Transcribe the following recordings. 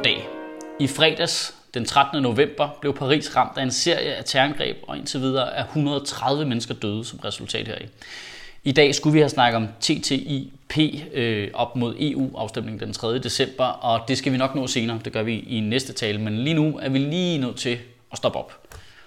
dag. I fredags, den 13. november, blev Paris ramt af en serie af terrorangreb, og indtil videre er 130 mennesker døde som resultat heraf. I dag skulle vi have snakket om TTIP op mod EU-afstemningen den 3. december, og det skal vi nok nå senere. Det gør vi i næste tale, men lige nu er vi lige nødt til at stoppe op.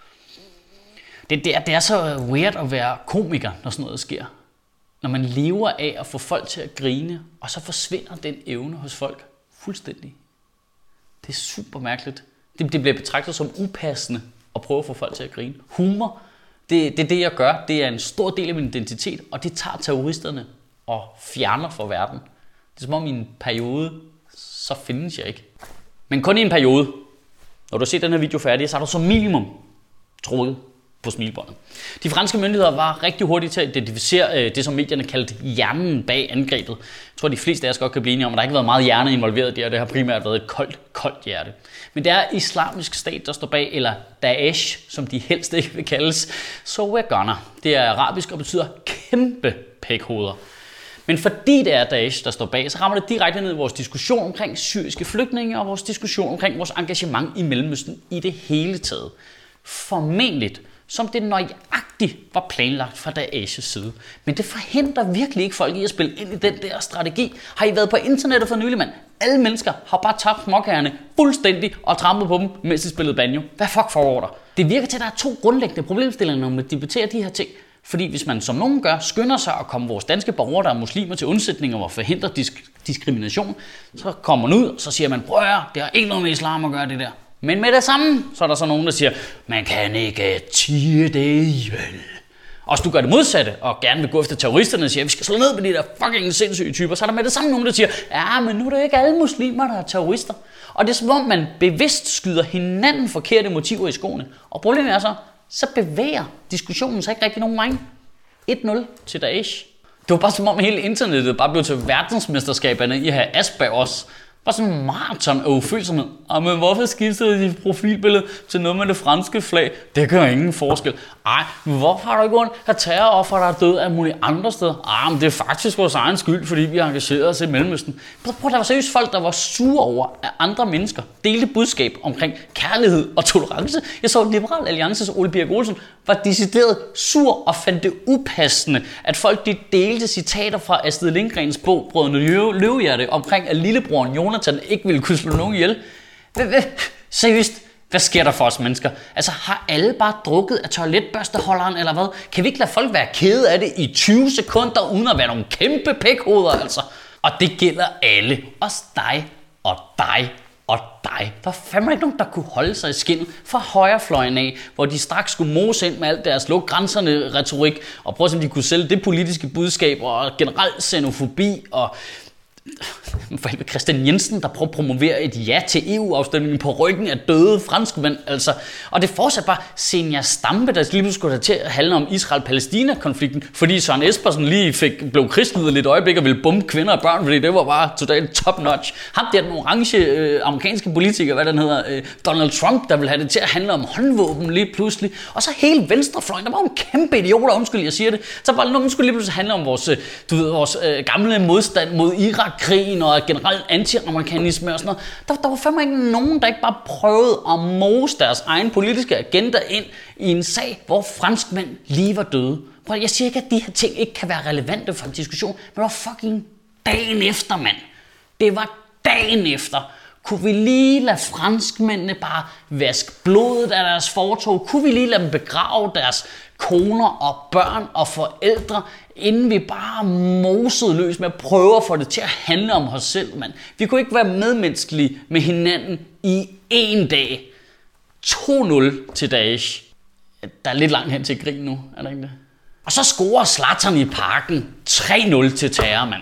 Det er så weird at være komiker, når sådan noget sker. Når man lever af at få folk til at grine, og så forsvinder den evne hos folk fuldstændig. Det er super mærkeligt. Det bliver betragtet som upassende at prøve at få folk til at grine. Humor, det er det, jeg gør. Det er en stor del af min identitet, og det tager terroristerne og fjerner fra verden. Det er som om i en periode, så findes jeg ikke. Men kun i en periode. Når du har set den her video færdig, så har du som minimum trukket på smilebåndet. De franske myndigheder var rigtig hurtige til at identificere det, som medierne kaldte hjernen bag angrebet. Jeg tror, de fleste af os godt kan blive enige om, at der ikke har været meget hjerne involveret der. Det har primært været et koldt hjerte. Men det er Islamisk Stat, der står bag, eller Daesh, som de helst ikke vil kaldes. So we're gonna. Det er arabisk og betyder kæmpe pækhoveder. Men fordi det er Daesh, der står bag, så rammer det direkte ned i vores diskussion omkring syriske flygtninge og vores diskussion omkring vores engagement i Mellemøsten i det hele taget. Formentligt, som det nøjagtigt var planlagt fra Daesh's side. Men det forhindrer virkelig ikke folk i at spille ind i den der strategi. Har I været på internettet for nylig, mand? Alle mennesker har bare tabt småkagerne fuldstændig og trampet på dem, mens de spillede banjo. Hvad fuck foregår der? Det virker til, at der er to grundlæggende problemstillinger, når man debatterer de her ting. Fordi hvis man som nogen gør, skynder sig at komme vores danske borgere, der er muslimer, til undsætning og forhindre diskrimination, så kommer man ud, og så siger man, prøv at høre, det har ikke noget med islam at gøre det der. Men med det samme, så er der så nogen, der siger, man kan ikke tie det vel. Og hvis du gør det modsatte, og gerne vil gå efter terroristerne og siger, vi skal slå ned på de der fucking sindssyge typer, så er der med det samme nogen, der siger, ja, men nu er det ikke alle muslimer, der er terrorister. Og det er som om, man bevidst skyder hinanden forkerte motiver i skoene. Og problemet er så bevæger diskussionen sig ikke rigtig nogen vej. 1-0 til Daesh. Det var bare som om hele internettet bare blev til verdensmesterskaberne i at have Aspergers. Bare sådan en maraton af ufølsomhed. Men hvorfor skiftede de profilbillede til noget med det franske flag? Det gør ingen forskel. Men hvorfor har du ikke ondt af terroroffer, der er døde af mulige andre steder? Men det er faktisk vores egen skyld, fordi vi har engageret os i Mellemøsten. Prøv, der var seriøst folk, der var sure over, at andre mennesker delte budskab omkring kærlighed og tolerance. Jeg så Liberal Alliances Ole Birk Olesen var decideret sur og fandt det upassende, at folk de delte citater fra Astrid Lindgrens bog Brødrene Løvehjerte omkring, at lillebroren Jonathan ikke ville kunne slå nogen ihjel. Seriøst, hvad sker der for os mennesker? Altså, har alle bare drukket af toiletbørsteholderen eller hvad? Kan vi ikke lade folk være kede af det i 20 sekunder, uden at være nogle kæmpe pækhoveder, altså? Og det gælder alle. Også dig og dig og dig. Der er fandme ikke nogen, der kunne holde sig i skindet fra højrefløjen af, hvor de straks skulle mose ind med alt deres luk grænserne retorik, og prøve at de kunne sælge det politiske budskab, og generelt xenofobi, og for helvede Christian Jensen, der prøver at promovere et ja til EU-afstemningen på ryggen af døde franskmænd, altså. Og det fortsat bare Zenia Stampe, der lige skulle have til at handle om Israel-Palæstina-konflikten, fordi Søren Espersen lige blev krigslyder lidt øjeblik og ville bombe kvinder og børn, fordi det var bare totalt top-notch. Ham der den orange amerikanske politiker, hvad den hedder, Donald Trump, der ville have det til at handle om håndvåben lige pludselig. Og så hele venstrefløjen, der var en kæmpe idioter, undskyld, jeg siger det. Så bare nogen skulle lige pludselig handle om vores gamle modstand mod Irak-krigen og generelt anti-amerikanisme og sådan noget. Der var fandme ikke nogen, der ikke bare prøvede at mose deres egen politiske agenda ind i en sag, hvor franskmænd lige var døde. Jeg siger ikke, at de her ting ikke kan være relevante for en diskussion, men det var fucking dagen efter, mand. Det var dagen efter. Kunne vi lige lade franskmændene bare vaske blodet af deres fortov? Kunne vi lige lade dem begrave deres koner og børn og forældre, inden vi bare mosede løs med at prøve at få det til at handle om os selv, mand? Vi kunne ikke være medmenneskelige med hinanden i en dag. 2-0 til Daesh. Der er lidt langt hen til grin nu, er der ikke det? Og så scorer Zlatan i Parken 3-0 til terror, mand.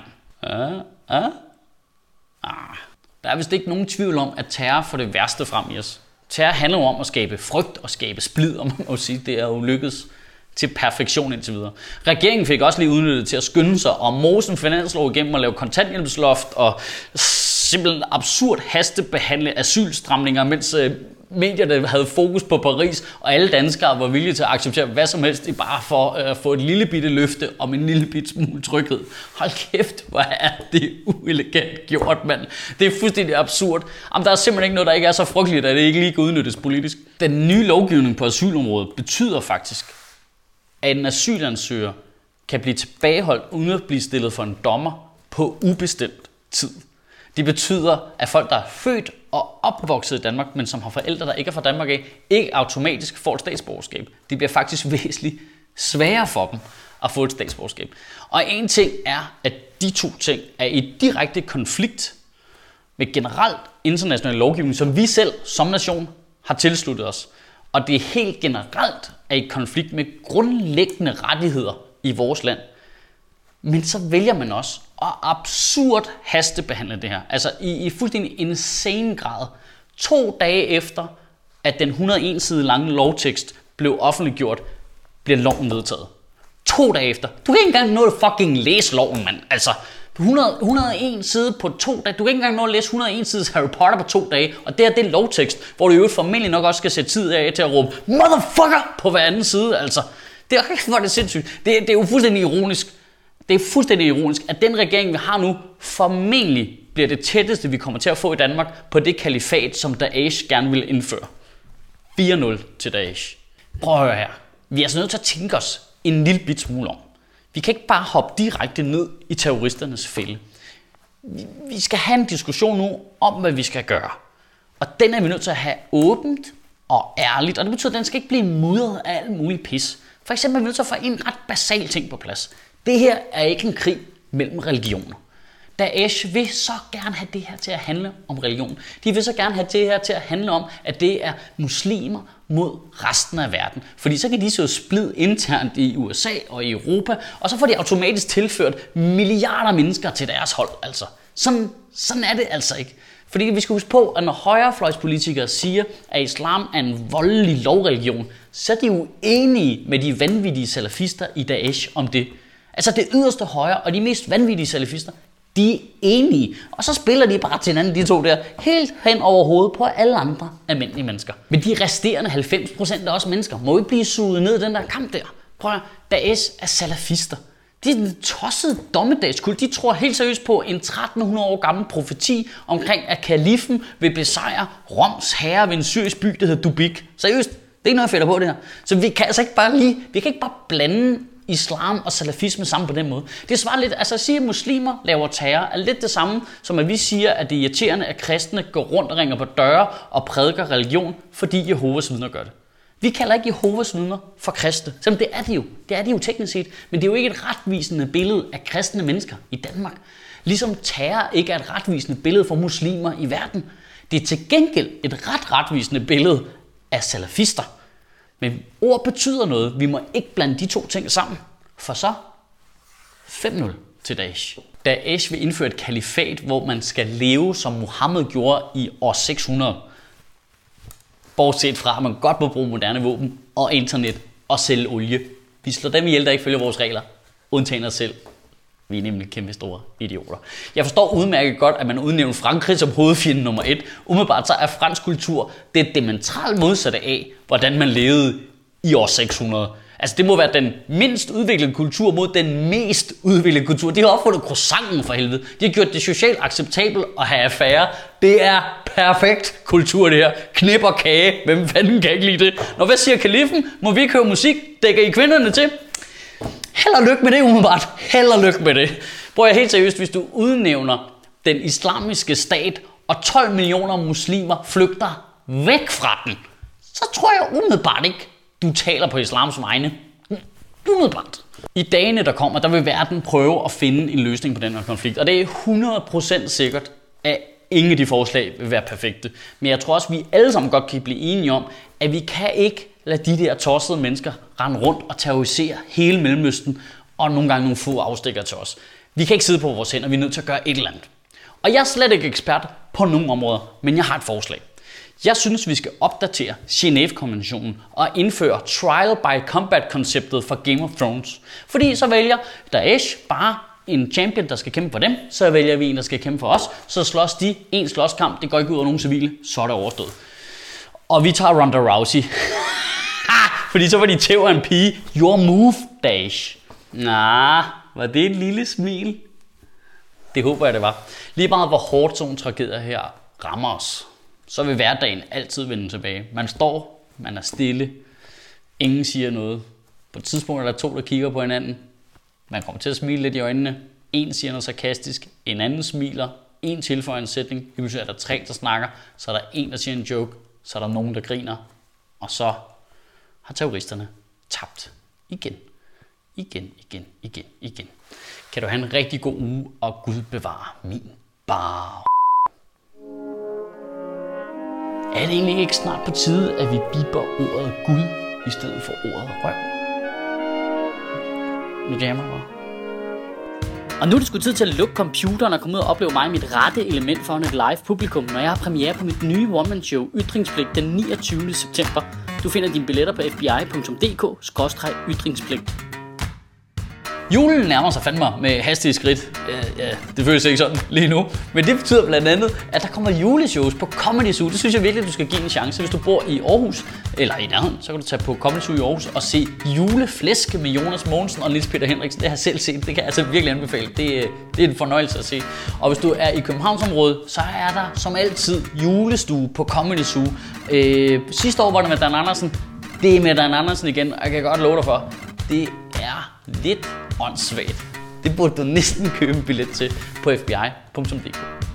Der er vist ikke nogen tvivl om, at terror får det værste frem i os. Terror handler om at skabe frygt og skabe splid, og man må sige, det er jo lykkedes til perfektion indtil videre. Regeringen fik også lige udnyttet til at skynde sig og mose en finanslov igennem og lave kontanthjælpsloft og simpelthen absurd hastebehandle asylstramninger, mens medierne havde fokus på Paris, og alle danskere var villige til at acceptere hvad som helst, bare for at få et lille bitte løfte om en lille bitte smule tryghed. Hold kæft, hvor er det uelegant gjort, mand. Det er fuldstændig absurd. Jamen, der er simpelthen ikke noget, der ikke er så frygteligt, at det ikke lige kan udnyttes politisk. Den nye lovgivning på asylområdet betyder faktisk, at en asylansøger kan blive tilbageholdt uden at blive stillet for en dommer på ubestemt tid. Det betyder, at folk, der er født og opvokset i Danmark, men som har forældre, der ikke er fra Danmark af, ikke automatisk får et statsborgerskab. Det bliver faktisk væsentligt sværere for dem at få et statsborgerskab. Og en ting er, at de to ting er i direkte konflikt med generelt international lovgivning, som vi selv som nation har tilsluttet os. Og det er helt generelt er i konflikt med grundlæggende rettigheder i vores land. Men så vælger man også at absurd hastebehandle det her. Altså i fuldstændig insane grad. 2 dage efter, at den 101 side lange lovtekst blev offentliggjort, bliver loven vedtaget. 2 dage efter. Du kan ikke engang nå at fucking læse loven, mand. Altså 101 side på 2 dage. Du kan ikke engang nå at læse 101 sides Harry Potter på 2 dage. Og det er den lovtekst, hvor du jo formentlig nok også skal sætte tid af til at råbe motherfucker på hver anden side. Altså, det er det sindssygt. Det er jo fuldstændig ironisk. Det er fuldstændig ironisk, at den regering, vi har nu, formentlig bliver det tætteste, vi kommer til at få i Danmark på det kalifat, som Daesh gerne vil indføre. 4-0 til Daesh. Prøv at høre her. Vi er altså nødt til at tænke os en lille bit smule om. Vi kan ikke bare hoppe direkte ned i terroristernes fælde. Vi skal have en diskussion nu om, hvad vi skal gøre. Og den er vi nødt til at have åbent og ærligt. Og det betyder, at den skal ikke blive mudret af alt muligt pis. For eksempel er vi nødt til at få en ret basal ting på plads. Det her er ikke en krig mellem religioner. Daesh vil så gerne have det her til at handle om religion. De vil så gerne have det her til at handle om, at det er muslimer mod resten af verden. Fordi så kan de så splid internt i USA og i Europa, og så får de automatisk tilført milliarder mennesker til deres hold. Altså. Sådan er det altså ikke. Fordi vi skal huske på, at når højrefløjspolitikere siger, at islam er en voldelig lovreligion, så er de jo enige med de vanvittige salafister i Daesh om det. Altså det yderste højre og de mest vanvittige salafister, de er enige. Og så spiller de bare til hinanden, de to der, helt hen over hovedet på alle andre almindelige mennesker. Men de resterende 90% af os mennesker må ikke blive suget ned i den der kamp der. Prøv at Daesh er salafister. De er en tosset dommedagskult. De tror helt seriøst på en 1300 år gammel profeti omkring, at kalifen vil besejre Roms herre ved en syrisk by, der hedder Dubik. Seriøst, det er ikke noget, jeg fælder på det her. Så vi kan altså ikke bare blande islam og salafisme sammen på den måde. Det svarer lidt, altså at sige, at muslimer laver terror, er lidt det samme, som at vi siger, at det er irriterende, at kristne går rundt og ringer på døre og prædiker religion, fordi Jehovas vidner gør det. Vi kalder ikke Jehovas vidner for kristne, selvom det er de jo. Det er de jo teknisk set, men det er jo ikke et retvisende billede af kristne mennesker i Danmark. Ligesom terror ikke er et retvisende billede for muslimer i verden. Det er til gengæld et retvisende billede af salafister. Men ord betyder noget. Vi må ikke blande de to ting sammen. For så 5-0 til Daesh. Daesh vil indføre et kalifat, hvor man skal leve, som Muhammed gjorde i år 600. Bortset fra, at man godt må bruge moderne våben og internet og sælge olie. Vi slår dem ihjel, der ikke følger vores regler. Undtagen os selv. Vi er nemlig kæmpe store idioter. Jeg forstår udmærket godt, at man udnævner Frankrig som hovedfjende nummer 1. Umiddelbart så er fransk kultur det diametralt modsatte af, hvordan man levede i år 600. Altså det må være den mindst udviklede kultur mod den mest udviklede kultur. De har opfundet croissanten for helvede. De har gjort det socialt acceptabelt at have affære. Det er perfekt kultur det her. Knip og kage. Hvem fanden kan ikke lide det? Når hvad siger kalifen? Må vi ikke høre musik? Dækker I kvinderne til? Held og lykke med det umiddelbart. Held og lykke med det. Prøv at helt seriøst, hvis du udnævner den islamiske stat, og 12 millioner muslimer flygter væk fra den, så tror jeg umiddelbart ikke, du taler på islams vegne. Umiddelbart. I dagene, der kommer, der vil verden prøve at finde en løsning på den her konflikt. Og det er 100% sikkert, at ingen af de forslag vil være perfekte. Men jeg tror også, at vi alle sammen godt kan blive enige om, at vi kan ikke lade de der tossede mennesker rende rundt og terrorisere hele Mellemøsten, og nogle gange nogle få afstikker til os. Vi kan ikke sidde på vores hænder, vi er nødt til at gøre et eller andet. Og jeg er slet ikke ekspert på nogle områder, men jeg har et forslag. Jeg synes, vi skal opdatere Genève-konventionen og indføre trial by combat-konceptet for Game of Thrones. Fordi så vælger Daesh bare en champion, der skal kæmpe for dem, så vælger vi en, der skal kæmpe for os. Så slås de. En slåskamp, det går ikke ud over nogen civile, så er det overstået. Og vi tager Ronda Rousey. Fordi så var de tæver en pige. Your move, Dash. Var det et lille smil? Det håber jeg, det var. Lige meget hvor hårdt sådan en tragedie her rammer os, så vil hverdagen altid vende tilbage. Man står, man er stille, ingen siger noget. På et tidspunkt er der to, der kigger på hinanden. Man kommer til at smile lidt i øjnene. En siger noget sarkastisk, en anden smiler. En tilføjer en sætning. Det betyder, at der er tre, der snakker. Så er der en, der siger en joke. Så er der nogen, der griner. Og så har terroristerne tabt igen. Igen. Kan du have en rigtig god uge, og Gud bevare min bar. Er det egentlig ikke snart på tide, at vi biber ordet Gud i stedet for ordet røv? Nu jammer jeg bare. Og nu er det sgu tid til at lukke computeren og komme ud og opleve mig i mit rette element foran et live publikum, når jeg har premiere på mit nye one-man-show Ytringspligt den 29. september. Du finder dine billetter på fbi.dk/ytringspligt. Julen nærmer sig fandme med hastige skridt. Det føles ikke sådan lige nu. Men det betyder blandt andet, at der kommer juleshows på Comedy Zoo. Det synes jeg virkelig, du skal give en chance. Hvis du bor i Aarhus, eller i nærheden, så kan du tage på Comedy Zoo i Aarhus og se Juleflæsk med Jonas Mogensen og Niels Peter Henriksen. Det har jeg selv set. Det kan jeg altså virkelig anbefale. Det er en fornøjelse at se. Og hvis du er i Københavnsområdet, så er der som altid julestue på Comedy Zoo. Sidste år var det med Dan Andersen. Det er med Dan Andersen igen, og jeg kan godt love dig for, det er lidt åndssvagt. Det burde du næsten købe en billet til på fbi.dk.